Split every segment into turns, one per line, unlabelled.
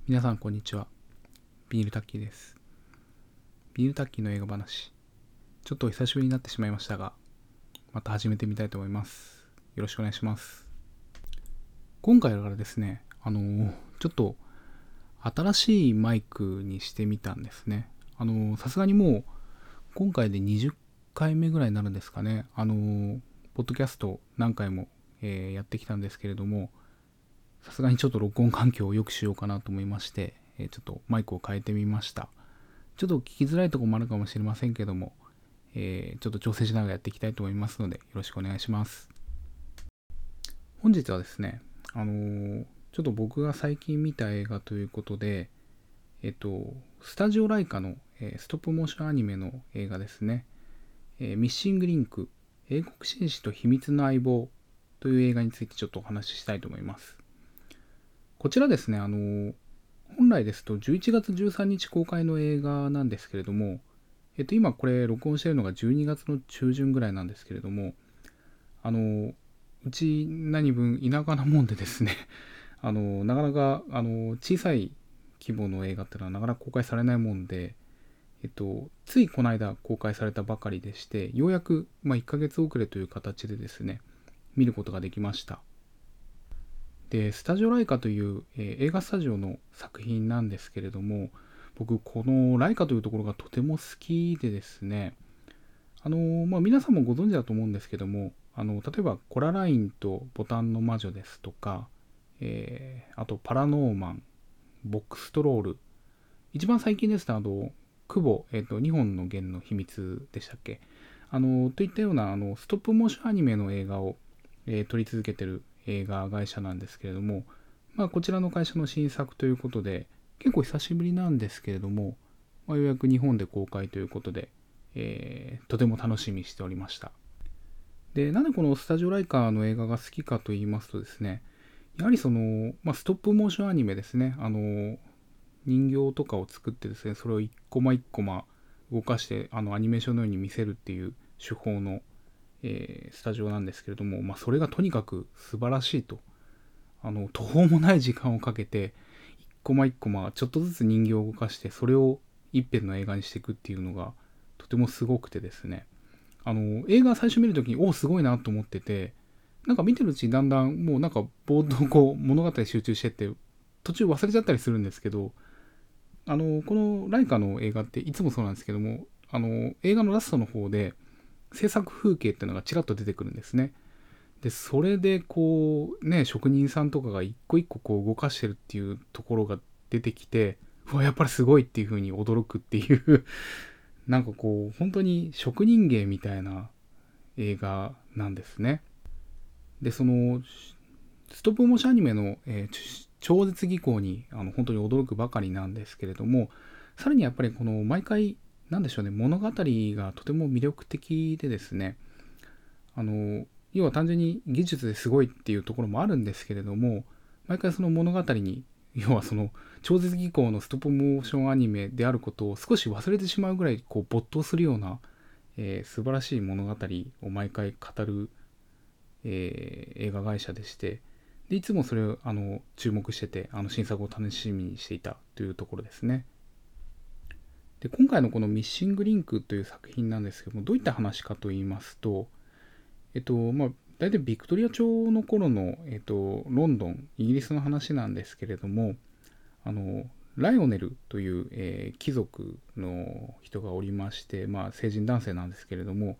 皆さんこんにちは。ビニールタッキーです。ビニールタッキーの映画話、ちょっと久しぶりになってしまいましたが、また始めてみたいと思います。よろしくお願いします。今回からですね、ちょっと新しいマイクにしてみたんですね。さすがにもう今回で20回目ぐらいになるんですかね。ポッドキャスト何回も、やってきたんですけれども、さすがにちょっと録音環境を良くしようかなと思いまして、ちょっとマイクを変えてみました。ちょっと聞きづらいところもあるかもしれませんけども、ちょっと調整しながらやっていきたいと思いますので、よろしくお願いします。本日はですね、ちょっと僕が最近見た映画ということで、スタジオライカの、ストップモーションアニメの映画ですね、ミッシングリンク、英国紳士と秘密の相棒という映画についてちょっとお話ししたいと思います。こちらですね、本来ですと11月13日公開の映画なんですけれども、今これ録音しているのが12月の中旬ぐらいなんですけれども、うち何分田舎なもんでですね、なかなか小さい規模の映画っていうのはなかなか公開されないもんで、ついこの間公開されたばかりでして、ようやく、1ヶ月遅れという形でですね、見ることができました。で、スタジオライカという、映画スタジオの作品なんですけれども、僕、このライカというところがとても好きでですね、皆さんもご存知だと思うんですけども、例えばコララインとボタンの魔女ですとか、あとパラノーマン、ボックストロール、一番最近ですと、久保、2本の弦の秘密でしたっけ、といったようなストップモーションアニメの映画を、撮り続けてる映画会社なんですけれども、こちらの会社の新作ということで、結構久しぶりなんですけれども、ようやく日本で公開ということで、とても楽しみにしておりました。で、なんでこのスタジオライカーの映画が好きかと言いますとですね、やはりストップモーションアニメですね、人形とかを作ってですね、それを一コマ一コマ動かして、アニメーションのように見せるっていう手法の、スタジオなんですけれども、それがとにかく素晴らしいと。途方もない時間をかけて、一コマ一コマちょっとずつ人形を動かして、それを一編の映画にしていくっていうのが、とてもすごくてですね、映画最初見るときに、すごいなと思ってて、なんか見てるうちにだんだんもうなんかぼーっとこう物語集中してって、途中忘れちゃったりするんですけど、このライカの映画っていつもそうなんですけども、映画のラストの方で制作風景っていうのがちらっと出てくるんですね。で、それでこうね、職人さんとかが一個一個こう動かしてるっていうところが出てきて、やっぱりすごいっていう風に驚くっていうなんかこう、本当に職人芸みたいな映画なんですね。で、ストップモーションアニメの、超絶技巧に本当に驚くばかりなんですけれども、さらにやっぱりこの毎回、なんでしょうね、物語がとても魅力的でですね、要は単純に技術ですごいっていうところもあるんですけれども、毎回その物語に、要はその超絶技巧のストップモーションアニメであることを少し忘れてしまうぐらいこう没頭するような、素晴らしい物語を毎回語る、映画会社でして、でいつもそれを注目してて新作を楽しみにしていたというところですね。で今回のこのミッシングリンクという作品なんですけども、どういった話かと言いますと、大体ビクトリア朝の頃の、ロンドン、イギリスの話なんですけれども、あの、ライオネルという、貴族の人がおりまして、成人男性なんですけれども、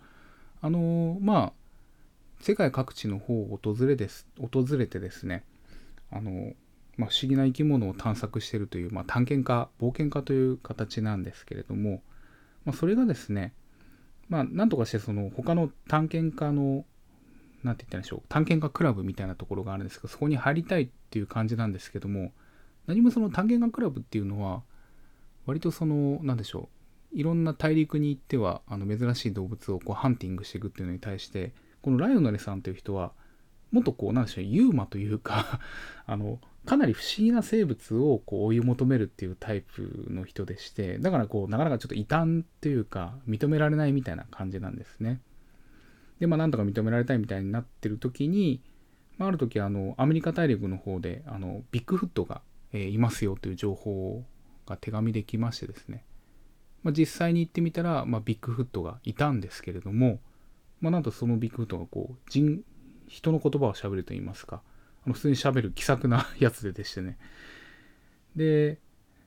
世界各地の方を訪れてですね、不思議な生き物を探索しているという、探検家、冒険家という形なんですけれども、それがですね、なんとかしてその他の探検家のなんて言ったらいいんでしょう、探検家クラブみたいなところがあるんですけど、そこに入りたいっていう感じなんですけども、何もその探検家クラブっていうのは割となんでしょう、いろんな大陸に行っては珍しい動物をこうハンティングしていくっていうのに対して、このライオナルさんという人はもっとこうなんでしょう、ユーマというかかなり不思議な生物をこう追い求めるっていうタイプの人でして、だからこうなかなかちょっと異端というか認められないみたいな感じなんですね。でなんとか認められたいみたいになってる時に、ある時アメリカ大陸の方でビッグフットが、 いますよという情報が手紙で来ましてですね、実際に行ってみたら、ビッグフットがいたんですけれども、なんとそのビッグフットが人の言葉を喋ると言いますか、普通に喋る気さくなやつでしてね。で、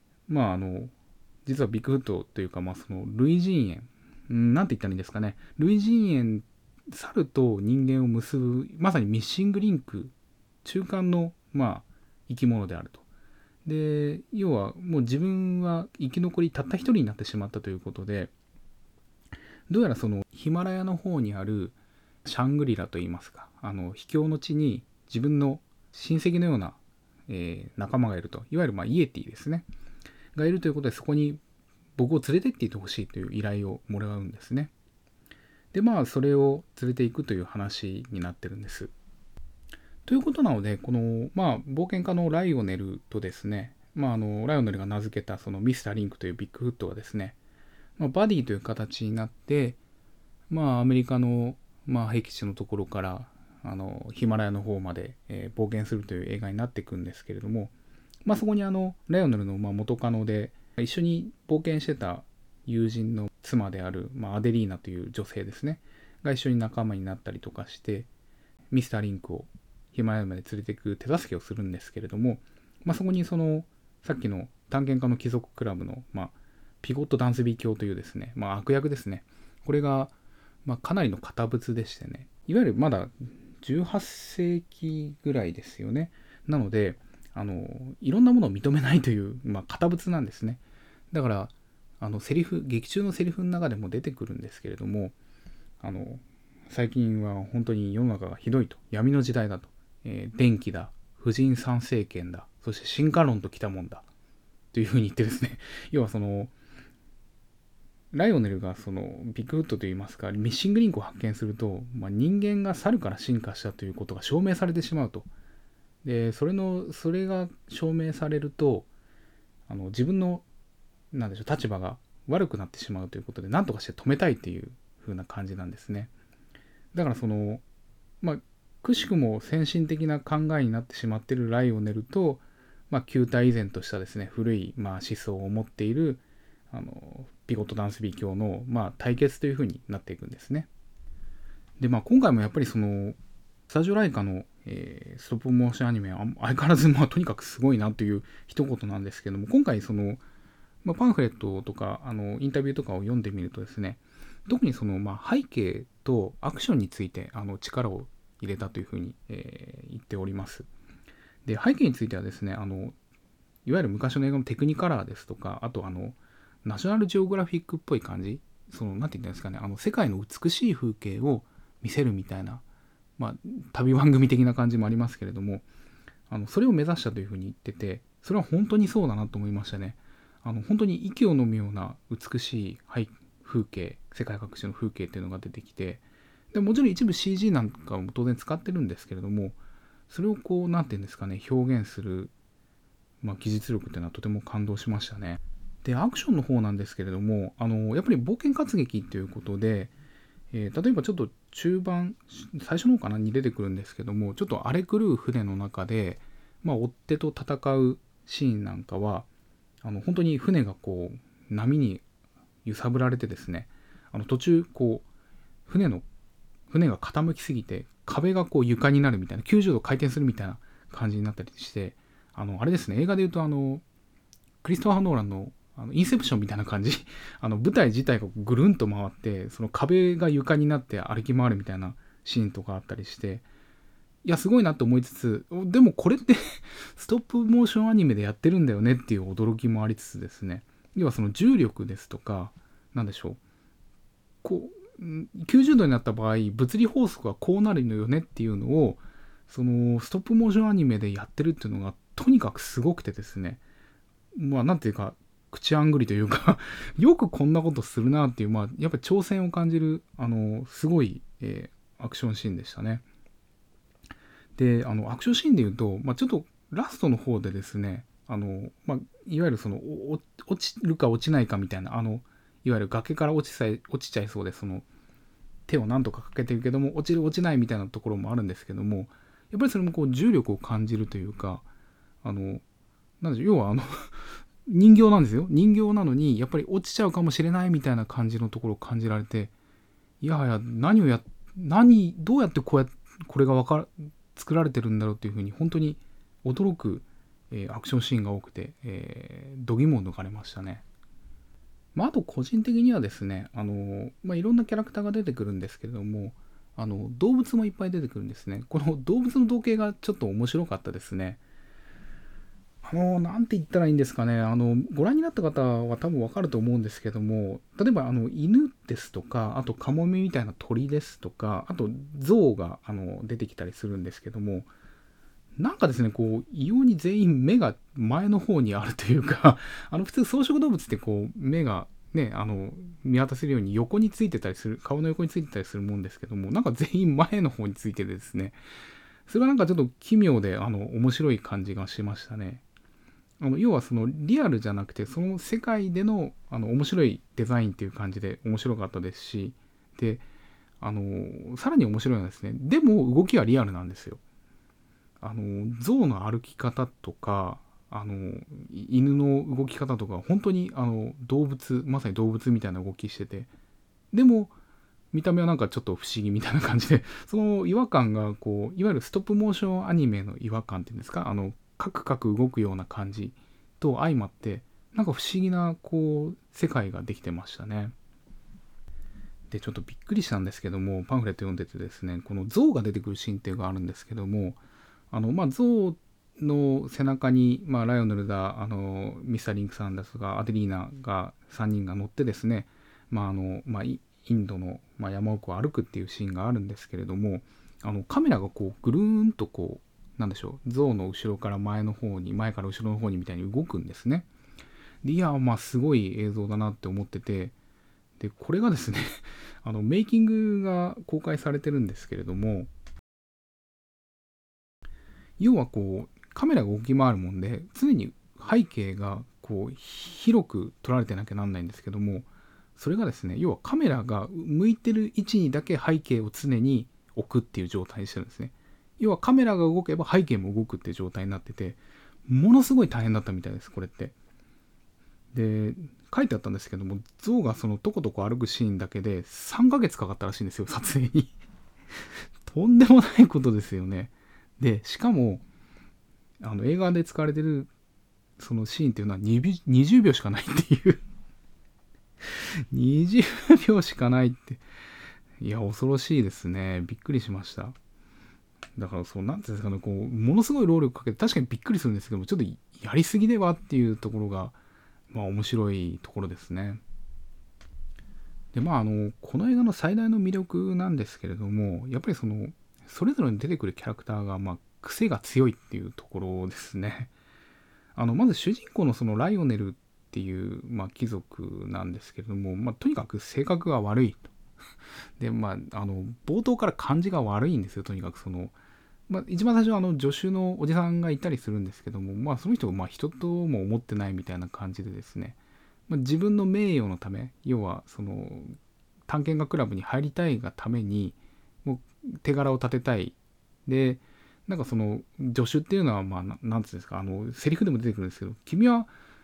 実はビッグフットというか、その類人猿、なんて言ったらいいんですかね、類人猿、猿と人間を結ぶ、まさにミッシングリンク、中間の、生き物であると。で、要はもう自分は生き残りたった一人になってしまったということで、どうやらそのヒマラヤの方にあるシャングリラといいますか、秘境の地に自分の親戚のような、仲間がいると、いわゆるイエティですね、がいるということで、そこに僕を連れてっていってほしいという依頼をもらうんですね。で、それを連れていくという話になってるんです。ということなので、この、冒険家のライオネルとですね、ライオネルが名付けたそのミスターリンクというビッグフットがですね、バディという形になって、アメリカの、僻地のところからヒマラヤの方まで、冒険するという映画になっていくんですけれども、そこにライオネルの元カノで一緒に冒険してた友人の妻である、アデリーナという女性ですねが一緒に仲間になったりとかして、ミスターリンクをヒマラヤまで連れていく手助けをするんですけれども、そこにそのさっきの探検家の貴族クラブの、ピゴット・ダンスビー教というですね、悪役ですね、これが、かなりの堅物でしてね、いわゆるまだ18世紀ぐらいですよね。なのでいろんなものを認めないという、堅物なんですね。だから劇中のセリフの中でも出てくるんですけれども、最近は本当に世の中がひどいと、闇の時代だと、電気だ、婦人参政権だ、そして進化論ときたもんだというふうに言ってですね、要はそのライオネルがそのビッグフットといいますかミッシングリンクを発見すると、人間が猿から進化したということが証明されてしまうと。でそれが証明されると自分の立場が悪くなってしまうということで、何とかして止めたいっていう風な感じなんですね。だからくしくも先進的な考えになってしまっているライオネルと、旧態依然としたですね古い思想を持っているピゴット・ダンスビー教の対決という風になっていくんですね。で今回もやっぱりそのスタジオライカの、ストップモーションアニメは相変わらずとにかくすごいなという一言なんですけども、今回その、パンフレットとかインタビューとかを読んでみるとですね、特にその、背景とアクションについて力を入れたというふうに、言っております。で背景についてはですね、いわゆる昔の映画のテクニカラーですとか、あとナショナルジオグラフィックっぽい感じ、そのなんて言うんですかね、世界の美しい風景を見せるみたいな、旅番組的な感じもありますけれども、それを目指したというふうに言ってて、それは本当にそうだなと思いましたね。本当に息を飲むような美しい風景、世界各地の風景っていうのが出てきて、でもちろん一部 CG なんかも当然使ってるんですけれども、それをなんていうんですかね、表現する、技術力っていうのはとても感動しましたね。でアクションの方なんですけれども、やっぱり冒険活劇ということで、例えばちょっと中盤最初の方かなに出てくるんですけども、ちょっと荒れ狂う船の中で、追っ手と戦うシーンなんかは本当に船が波に揺さぶられてですね、途中船が傾きすぎて壁が床になるみたいな、90度回転するみたいな感じになったりして、あれですね、映画でいうとクリストファー・ノーランのインセプションみたいな感じ舞台自体がぐるんと回って、その壁が床になって歩き回るみたいなシーンとかあったりして、いやすごいなと思いつつ、でもこれってストップモーションアニメでやってるんだよねっていう驚きもありつつですね、要はその重力ですとか、なんでしょう、90度になった場合物理法則がこうなるのよねっていうのを、そのストップモーションアニメでやってるっていうのがとにかくすごくてですね、なんていうか口あんぐりというかよくこんなことするなっていう、やっぱり挑戦を感じるすごい、アクションシーンでしたね。でアクションシーンでいうと、ちょっとラストの方でですね、いわゆるその落ちるか落ちないかみたいな、いわゆる崖から落ちちゃいそうで、その手をなんとかかけてるけども落ちる落ちないみたいなところもあるんですけども、やっぱりそれも重力を感じるというか、 なんでしょう、要は人形なんですよ。人形なのにやっぱり落ちちゃうかもしれないみたいな感じのところを感じられて、いやはやどうやってこれが作られてるんだろうっていうふうに本当に驚く、アクションシーンが多くて、度肝を抜かれましたね。あと個人的にはですね、いろんなキャラクターが出てくるんですけれども、動物もいっぱい出てくるんですね。この動物の造形がちょっと面白かったですね。なんて言ったらいいんですかね。ご覧になった方は多分わかると思うんですけども、例えば犬ですとか、あとカモメみたいな鳥ですとか、あと象が出てきたりするんですけども、なんかですね、こう異様に全員目が前の方にあるというか普通草食動物ってこう目がね、見渡せるように横についてたりする、顔の横についてたりするもんですけども、なんか全員前の方についててですね、それはなんかちょっと奇妙で面白い感じがしましたね。要はそのリアルじゃなくてその世界での面白いデザインっていう感じで面白かったですし、でさらに面白いのはですね、でも動きはリアルなんですよ。象の歩き方とか犬の動き方とか本当にまさに動物みたいな動きしてて、でも見た目はなんかちょっと不思議みたいな感じで、その違和感がこういわゆるストップモーションアニメの違和感っていうんですか、カクカク動くような感じと相まって、なんか不思議なこう世界ができてましたね。でちょっとびっくりしたんですけども、パンフレット読んでてですね、この象が出てくるシーンっていうのがあるんですけども、象の背中に、ライオネルだミスター・リンクさんですとかアデリーナが3人が乗ってですね、インドの、山奥を歩くっていうシーンがあるんですけれども、カメラがこうぐるーんとこうなんでしょう、象の後ろから前から後ろの方にみたいに動くんですね。でいやすごい映像だなって思ってて、でこれがですねメイキングが公開されてるんですけれども、要はこうカメラが動き回るもんで常に背景がこう広く撮られてなきゃなんないんですけども、それがですね、要はカメラが向いてる位置にだけ背景を常に置くっていう状態にしてるんですね。要はカメラが動けば背景も動くっていう状態になってて、ものすごい大変だったみたいです、これって。で書いてあったんですけども、象がそのとことこ歩くシーンだけで3ヶ月かかったらしいんですよ、撮影に。とんでもないことですよね。でしかも映画で使われてるそのシーンっていうのは20秒しかないっていう20秒しかないって、いや恐ろしいですね。びっくりしました。だからそうなんていうんですかね、こうものすごい労力かけて確かにびっくりするんですけども、ちょっとやりすぎではっていうところが面白いところですね。でこの映画の最大の魅力なんですけれども、やっぱりそれぞれに出てくるキャラクターが癖が強いっていうところですね。まず主人公のそのライオネルっていう、貴族なんですけれども、とにかく性格が悪いと。で冒頭から感じが悪いんですよ。とにかく一番最初は助手のおじさんがいたりするんですけども、その人が人とも思ってないみたいな感じでですね、自分の名誉のため、要は探検家クラブに入りたいがためにもう手柄を立てたい。でなんか助手っていうのはなんていうんですか、セリフでも出てくるんですけど、君は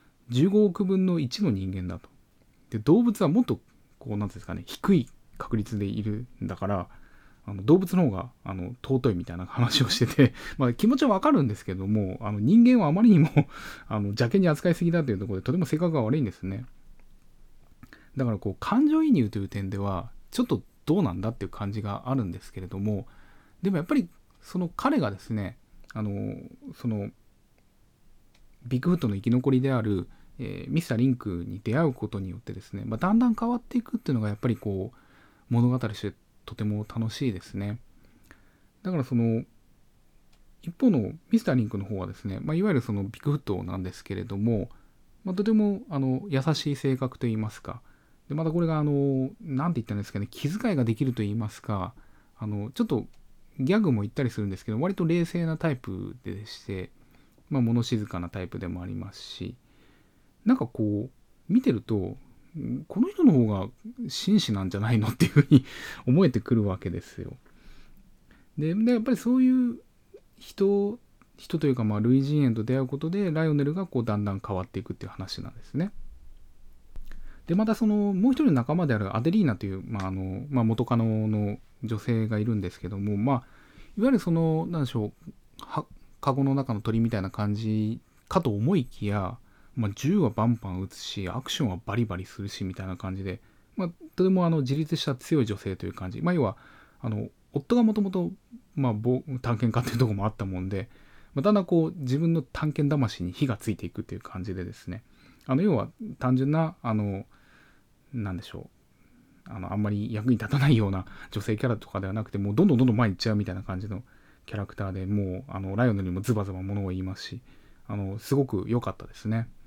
15億分の1の人間だと。で動物はもっとこうなんていうんですかね、低い確率でいるんだから、動物の方が尊いみたいな話をしてて気持ちはわかるんですけども、人間はあまりにも邪険に扱いすぎだというところでとても性格が悪いんですね。だからこう感情移入という点ではちょっとどうなんだっていう感じがあるんですけれども、でもやっぱりその彼がですね、そのビッグフットの生き残りである、ミスター・リンクに出会うことによってですね、だんだん変わっていくっていうのがやっぱりこう物語としてとても楽しいですね。だから一方のミスター・リンクの方はですね、いわゆるそのビッグフットなんですけれども、とても優しい性格といいますか、でまたこれがなんて言ったんですかね、気遣いができるといいますか、ちょっとギャグも言ったりするんですけど、割と冷静なタイプでして、物静かなタイプでもありますし、なんかこう見てるとこの人の方が紳士なんじゃないのっていうふうに思えてくるわけですよ。でやっぱりそういう人人というか、類人猿と出会うことでライオネルがこうだんだん変わっていくっていう話なんですね。でまたそのもう一人の仲間であるアデリーナという、元カノの女性がいるんですけども、いわゆるその何でしょう、カゴの中の鳥みたいな感じかと思いきや、銃はバンバン撃つしアクションはバリバリするしみたいな感じで、とても自立した強い女性という感じ、要は夫がもともと探検家っていうところもあったもんで、だんだんこう自分の探検魂に火がついていくっていう感じでですね、要は単純ななんでしょう、あんまり役に立たないような女性キャラとかではなくて、もうどんどん前に行っちゃうみたいな感じのキャラクターで、もうライオネルにもズバズバものを言いますし、すごく良かったですね。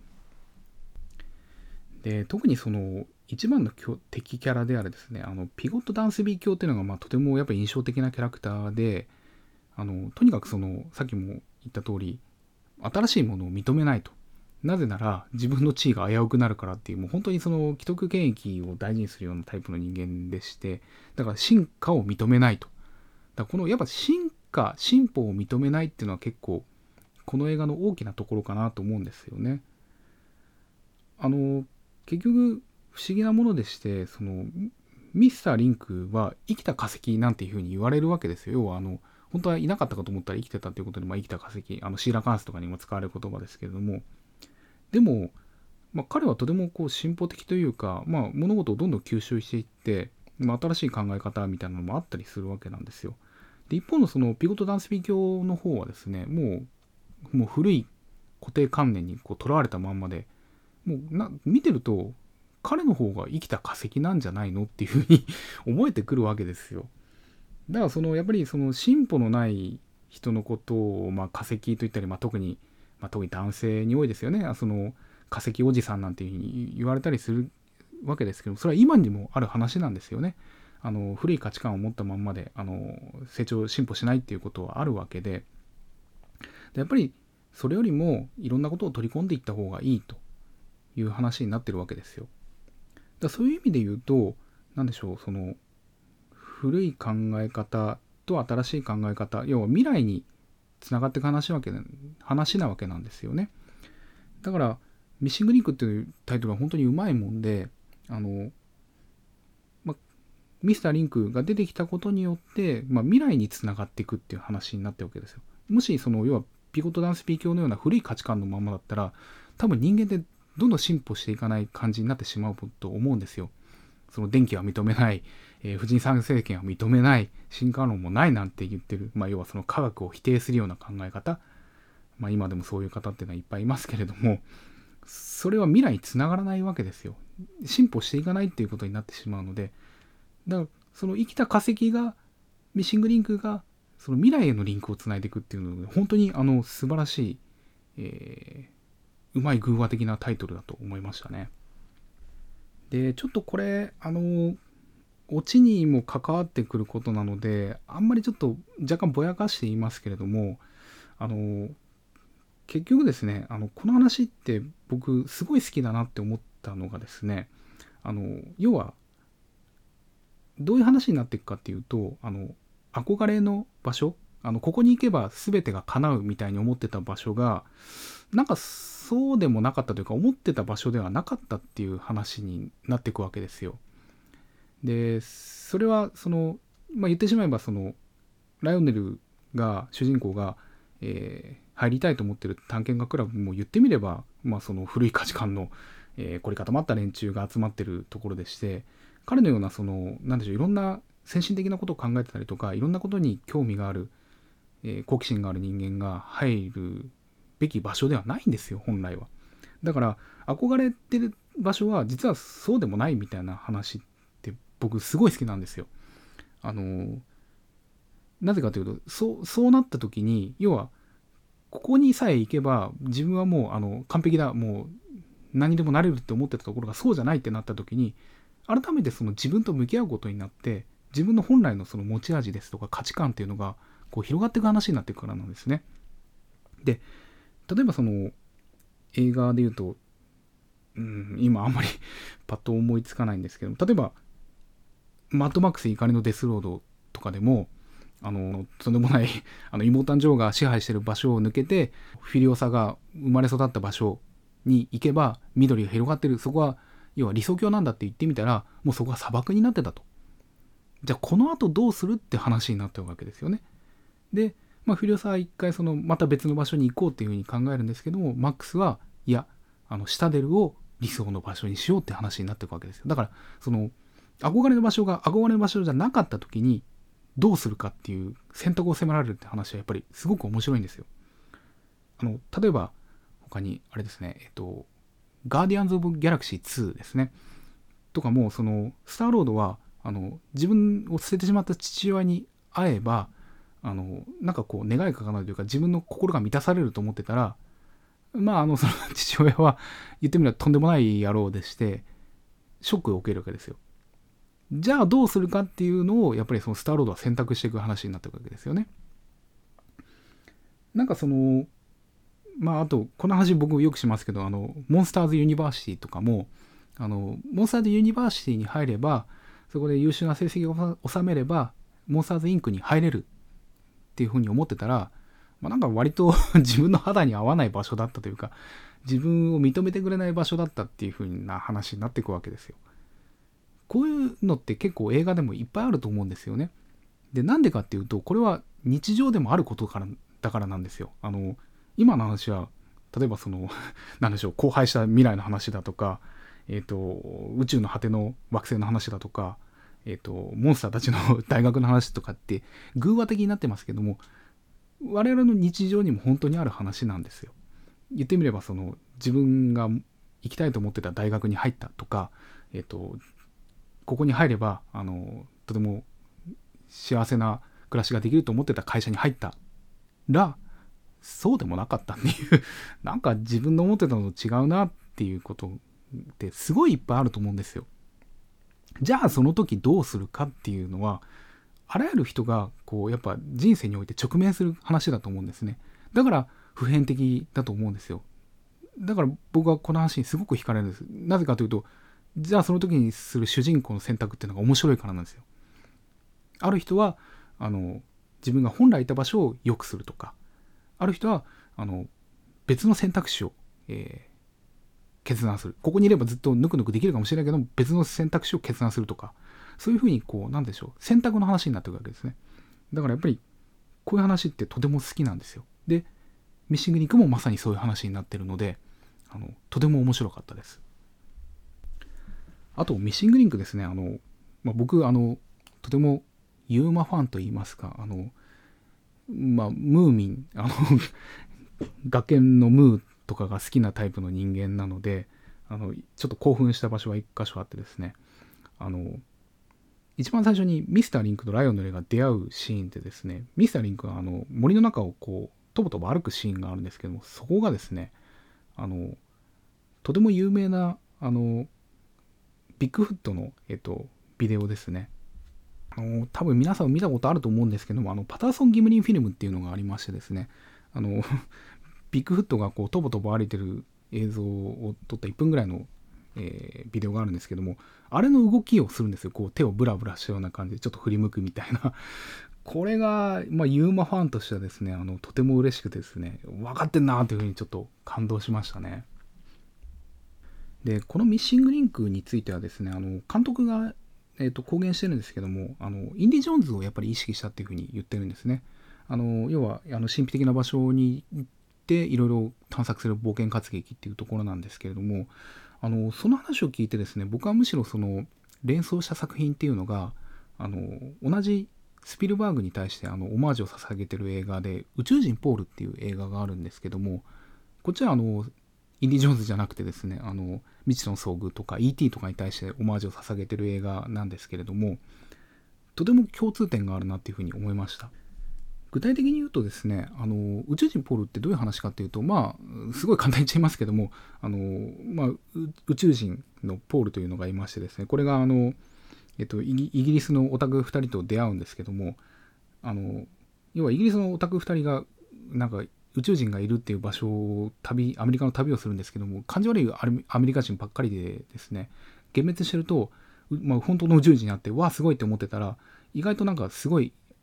で特にその一番の敵キャラであるですね、ピゴット・ダンスビー卿っていうのがとてもやっぱり印象的なキャラクターで、とにかくそのさっきも言った通り新しいものを認めないと。なぜなら自分の地位が危うくなるからっていう、もう本当にその既得権益を大事にするようなタイプの人間でして、だから進化を認めないと。だからこのやっぱ進歩を認めないっていうのは結構この映画の大きなところかなと思うんですよね。結局不思議なものでして、そのミスター・リンクは生きた化石なんていうふうに言われるわけですよ。要は本当はいなかったかと思ったら生きてたということで、生きた化石、シーラカンスとかにも使われる言葉ですけれども、でも、彼はとてもこう進歩的というか、物事をどんどん吸収していって、新しい考え方みたいなのもあったりするわけなんですよ。で一方のそのピゴット・ダンスビー卿の方はですね、もう古い固定観念にこうとらわれたまんまで、もう見てると彼の方が生きた化石なんじゃないのっていうふうに思えてくるわけですよ。だからやっぱりその進歩のない人のことを化石と言ったり、特に男性に多いですよね。その化石おじさんなんていうふうに言われたりするわけですけど、それは今にもある話なんですよね。古い価値観を持ったまんまで進歩しないっていうことはあるわけで、やっぱりそれよりもいろんなことを取り込んでいった方がいいという話になってるわけですよ。そういう意味で言うと、何でしょう、その古い考え方と新しい考え方、要は未来につながっていく話なわけなんですよね。だからミッシングリンクっていうタイトルは本当にうまいもんで、ミスターリンクが出てきたことによって、未来につながっていくっていう話になってるわけですよ。もし要はピゴットダンスピー卿のような古い価値観のままだったら、多分人間ってどんどん進歩していかない感じになってしまうと思うんですよ。その電気は認めない、婦人参政権は認めない、進化論もないなんて言ってる、要はその科学を否定するような考え方、今でもそういう方っていうのはいっぱいいますけれども、それは未来につながらないわけですよ。進歩していかないっていうことになってしまうので、だからその生きた化石が、ミッシングリンクがその未来へのリンクをつないでいくっていうので、本当に素晴らしい、うまい偶話的なタイトルだと思いましたね。でちょっとこれオチにも関わってくることなので、あんまりちょっと若干ぼやかして言いますけれども、結局ですね、この話って僕すごい好きだなって思ったのがですね、要はどういう話になっていくかっていうと、憧れの場所、ここに行けば全てが叶うみたいに思ってた場所が、なんかそうでもなかったというか、思ってた場所ではなかったっていう話になっていくわけですよ。でそれは言ってしまえばライオネル主人公が、入りたいと思ってる探検家クラブも言ってみれば、その古い価値観の、凝り固まった連中が集まってるところでして、彼のようななんでしょう、いろんな先進的なことを考えてたりとか、いろんなことに興味がある、好奇心がある人間が入るべき場所ではないんですよ、本来は。だから憧れてる場所は実はそうでもないみたいな話って僕すごい好きなんですよ。なぜかというと、そうなった時に、要はここにさえ行けば自分はもう完璧だ、もう何にでもなれるって思ってたところがそうじゃないってなった時に、改めて自分と向き合うことになって、自分の本来の持ち味ですとか価値観っていうのがこう広がっていく話になっていくからなんですね。で例えば映画で言うと、今あんまりパッと思いつかないんですけども、例えばマッドマックス怒りのデスロードとかでも、 とんでもない妹誕生が支配してる場所を抜けてフィリオサが生まれ育った場所に行けば緑が広がってる、そこは要は理想郷なんだって言ってみたら、もうそこは砂漠になってたと。じゃあこの後どうするって話になってるわけですよね。で、フィリオサは一回また別の場所に行こうっていうふうに考えるんですけども、マックスはいや、シタデルを理想の場所にしようって話になっていくわけですよ。だから憧れの場所が憧れの場所じゃなかった時にどうするかっていう選択を迫られるって話はやっぱりすごく面白いんですよ。例えば他にあれですね、ガーディアンズ・オブ・ギャラクシー2ですねとかも、スターロードは自分を捨ててしまった父親に会えばなんかこう願いが叶うというか自分の心が満たされると思ってたら、その父親は言ってみればとんでもない野郎でしてショックを受けるわけですよ。じゃあどうするかっていうのをやっぱりスターロードは選択していく話になっていくわけですよね。なんかあとこの話僕よくしますけど、モンスターズユニバーシティとかもモンスターズユニバーシティに入ればそこで優秀な成績を収めればモンスターズインクに入れるっていうふうに思ってたら、なんか割と自分の肌に合わない場所だったというか自分を認めてくれない場所だったっていうふうな話になっていくわけですよ。こういうのって結構映画でもいっぱいあると思うんですよね。で、なんでかっていうと、これは日常でもあることだからなんですよ。今の話は、例えばなんでしょう、荒廃した未来の話だとか、宇宙の果ての惑星の話だとか、モンスターたちの大学の話とかって偶話的になってますけども、我々の日常にも本当にある話なんですよ。言ってみれば自分が行きたいと思ってた大学に入ったとか、ここに入ればとても幸せな暮らしができると思ってた会社に入ったらそうでもなかったっていうなんか自分の思ってたのと違うなっていうことってすごいいっぱいあると思うんですよ。じゃあその時どうするかっていうのはあらゆる人がやっぱ人生において直面する話だと思うんですね。だから普遍的だと思うんですよ。だから僕はこの話にすごく惹かれるんです。なぜかというと、じゃあその時にする主人公の選択っていうのが面白いからなんですよ。ある人は自分が本来いた場所を良くするとか、ある人は別の選択肢を、決断する。ここにいればずっとぬくぬくできるかもしれないけど別の選択肢を決断するとか、そういうふうになんでしょう、選択の話になってくるわけですね。だからやっぱりこういう話ってとても好きなんですよ。で、ミッシングリンクもまさにそういう話になってるのでとても面白かったです。あとミッシングリンクですね、僕とてもユーマファンといいますかムーミン学研のムーとかが好きなタイプの人間なのでちょっと興奮した場所は一箇所あってですね、一番最初にミスターリンクとライオンの霊が出会うシーンでですね、ミスターリンクが森の中をとぼとぼ歩くシーンがあるんですけども、そこがですねとても有名なビッグフットのビデオですね。多分皆さん見たことあると思うんですけども、パターソン・ギムリンフィルムっていうのがありましてですね、ビッグフットがとぼとぼ歩いてる映像を撮った1分ぐらいの、ビデオがあるんですけども、あれの動きをするんですよ。手をブラブラしたような感じでちょっと振り向くみたいなこれが、ユーマファンとしてはですねとても嬉しくてですね、分かってんなというふうにちょっと感動しましたね。で、このミッシングリンクについてはですね監督が公言してるんですけどもインディ・ジョーンズをやっぱり意識したっていうふうに言ってるんですね。要は神秘的な場所に行っていろいろ探索する冒険活劇っていうところなんですけれどもその話を聞いてですね、僕はむしろ連想した作品っていうのが同じスピルバーグに対してオマージュを捧げてる映画で宇宙人ポールっていう映画があるんですけども、こっちはインディ・ジョーンズじゃなくてですね未知の遭遇とか E.T. とかに対してオマージュを捧げてる映画なんですけれども、とても共通点があるなっていうふうに思いました。具体的に言うとですね宇宙人ポールってどういう話かっていうと、すごい簡単に言っちゃいますけども宇宙人のポールというのがいましてですね、これがイギリスのオタク2人と出会うんですけども要はイギリスのオタク2人がなんか宇宙人がいるっていう場所をアメリカの旅をするんですけども、感じ悪いアメリカ人ばっかりでですね、幻滅してると、本当の宇宙人になってわあすごいって思ってたら意外となんかすごい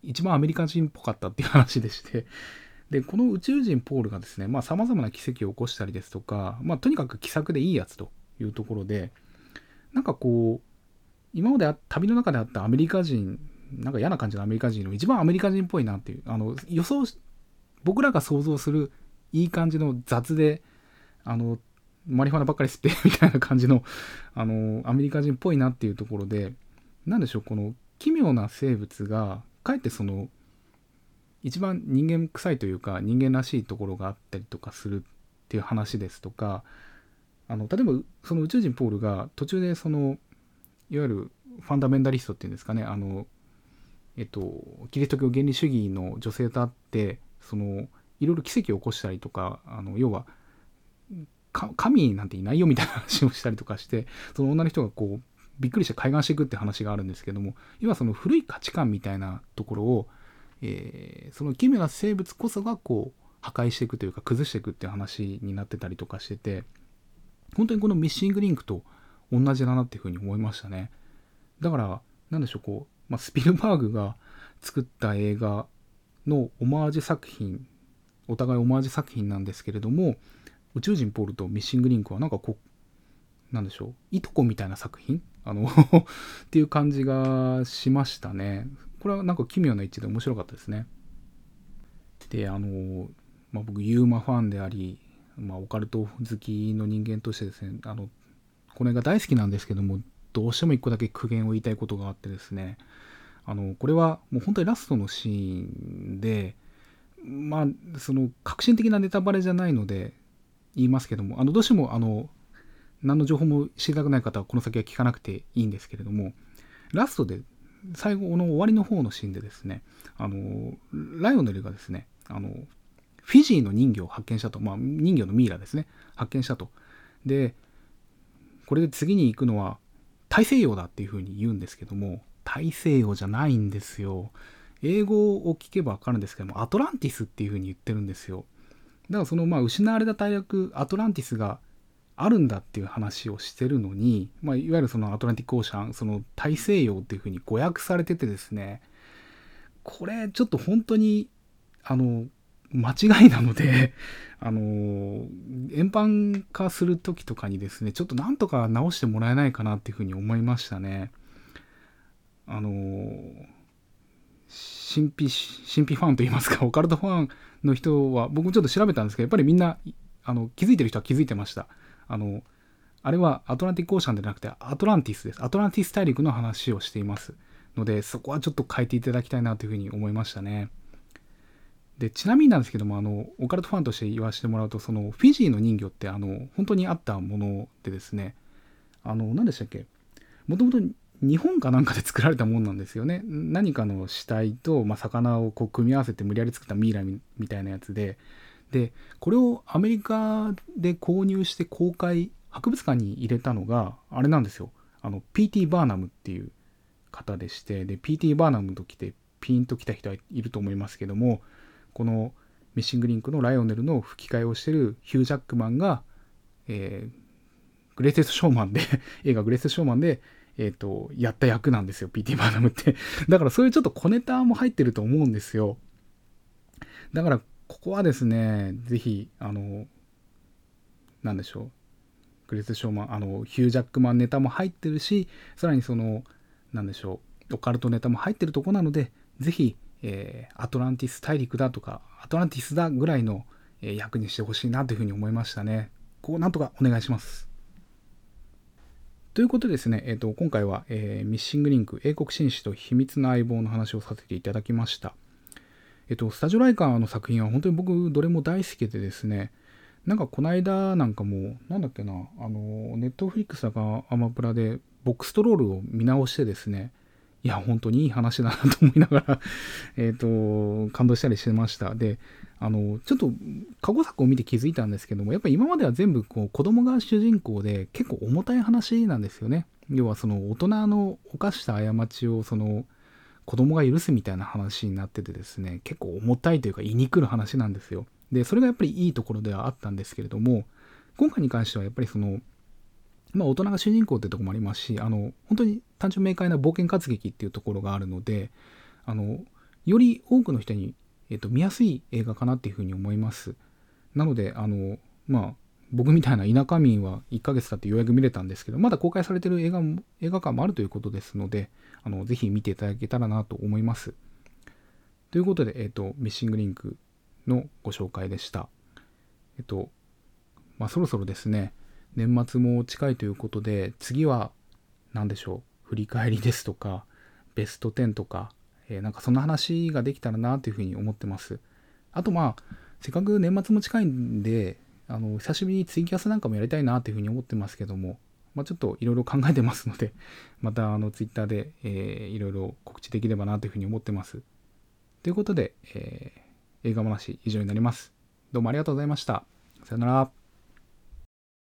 一番アメリカ人っぽかったっていう話でして、でこの宇宙人ポールがですね、さまざまな奇跡を起こしたりですとか、とにかく気さくでいいやつというところで、なんかこう今まで旅の中であったアメリカ人、なんか嫌な感じのアメリカ人の一番アメリカ人っぽいなっていう、僕らが想像するいい感じの雑で、マリファナばっかり吸ってみたいな感じの、アメリカ人っぽいなっていうところで、なんでしょう、この奇妙な生物がかえってその一番人間臭いというか人間らしいところがあったりとかするっていう話ですとか、例えばその宇宙人ポールが途中でそのいわゆるファンダメンタリストっていうんですかね、キリスト教原理主義の女性と会ってそのいろいろ奇跡を起こしたりとか、要は神なんていないよみたいな話をしたりとかして、その女の人がこうびっくりして開眼していくって話があるんですけども、要はその古い価値観みたいなところを、その奇妙な生物こそがこう破壊していくというか崩していくっていう話になってたりとかしてて、本当にこのミッシングリンクと同じだなっていうふうに思いましたね。だからなんでしょう、こう、スピルバーグが作った映画のオマージュ作品、お互いオマージュ作品なんですけれども、宇宙人ポールとミッシングリンクはなんかこうなんでしょう、いとこみたいな作品っていう感じがしましたね。これはなんか奇妙な一致で面白かったですね。で僕ユーマファンであり、オカルト好きの人間としてですね、これが大好きなんですけども、どうしても一個だけ苦言を言いたいことがあってですね、これはもう本当にラストのシーンで、その革新的なネタバレじゃないので言いますけども、どうしても何の情報も知りたくない方はこの先は聞かなくていいんですけれども、ラストで最後の終わりの方のシーンでですね、ライオネルがですね、フィジーの人魚を発見したと、人魚のミイラですね、発見したと。でこれで次に行くのは大西洋だっていうふうに言うんですけども、大西洋じゃないんですよ。英語を聞けば分かるんですけども、アトランティスっていうふうに言ってるんですよ。だからその失われた大陸アトランティスがあるんだっていう話をしてるのに、いわゆるそのアトランティックオーシャン、その大西洋っていうふうに誤訳されててですね、これちょっと本当に間違いなので円盤化する時とかにですね、ちょっとなんとか直してもらえないかなっていうふうに思いましたね。神秘ファンといいますか、オカルトファンの人は、僕もちょっと調べたんですけど、やっぱりみんな気づいてる人は気づいてました。あれはアトランティックオーシャンじゃなくてアトランティスです。アトランティス大陸の話をしていますので、そこはちょっと変えていただきたいなというふうに思いましたね。でちなみになんですけども、オカルトファンとして言わせてもらうと、そのフィジーの人魚って本当にあったものでですね、何でしたっけ、もともと日本かなんかで作られたものなんですよね。何かの死体と、魚をこう組み合わせて無理やり作ったミイラみたいなやつで、これをアメリカで購入して博物館に入れたのがあれなんですよ。P.T. バーナムっていう方でして、で P.T. バーナムと来てピンと来た人はいると思いますけども、このミッシングリンクのライオネルの吹き替えをしてるヒュー・ジャックマンが、グレイテストショーマンで映画グレイテストショーマンで、やった役なんですよ、P.T. バーナムってだからそういうちょっと小ネタも入ってると思うんですよ。だからここはですね、ぜひなんでしょう、グレイテストショーマン、ヒュー・ジャックマンネタも入ってるし、さらにそのなんでしょう、オカルトネタも入ってるとこなので、ぜひアトランティス大陸だとかアトランティスだぐらいの、役にしてほしいなというふうに思いましたね。ここなんとかお願いします。ということでですね、今回は、ミッシングリンク英国紳士と秘密の相棒の話をさせていただきました。スタジオライカーの作品は本当に僕どれも大好きでですね、なんかこの間なんかもなんだっけな、ネットフリックスだかアマプラでボックストロールを見直してですね、いや本当にいい話だなと思いながら感動したりしてました。でちょっと過去作を見て気づいたんですけども、やっぱり今までは全部こう子供が主人公で結構重たい話なんですよね。要はその大人の犯した過ちをその子供が許すみたいな話になっててですね、結構重たいというか胃にくる話なんですよ。でそれがやっぱりいいところではあったんですけれども、今回に関してはやっぱりその大人が主人公ってところもありますし、本当に単純明快な冒険活劇っていうところがあるので、 より多くの人に、見やすい映画かなっていうふうに思います。なので、僕みたいな田舎民は1ヶ月経ってようやく見れたんですけど、まだ公開されてる映画館もあるということですので、ぜひ見ていただけたらなと思います。ということで、ミッシングリンクのご紹介でした。そろそろですね、年末も近いということで、次は何でしょう、振り返りですとか、ベスト10とか、なんかそんな話ができたらなというふうに思ってます。あとせっかく年末も近いんで、久しぶりにツイキャスなんかもやりたいなというふうに思ってますけども、ちょっといろいろ考えてますので、またツイッターで、いろいろ告知できればなというふうに思ってます。ということで、映画話以上になります。どうもありがとうございました。さよなら。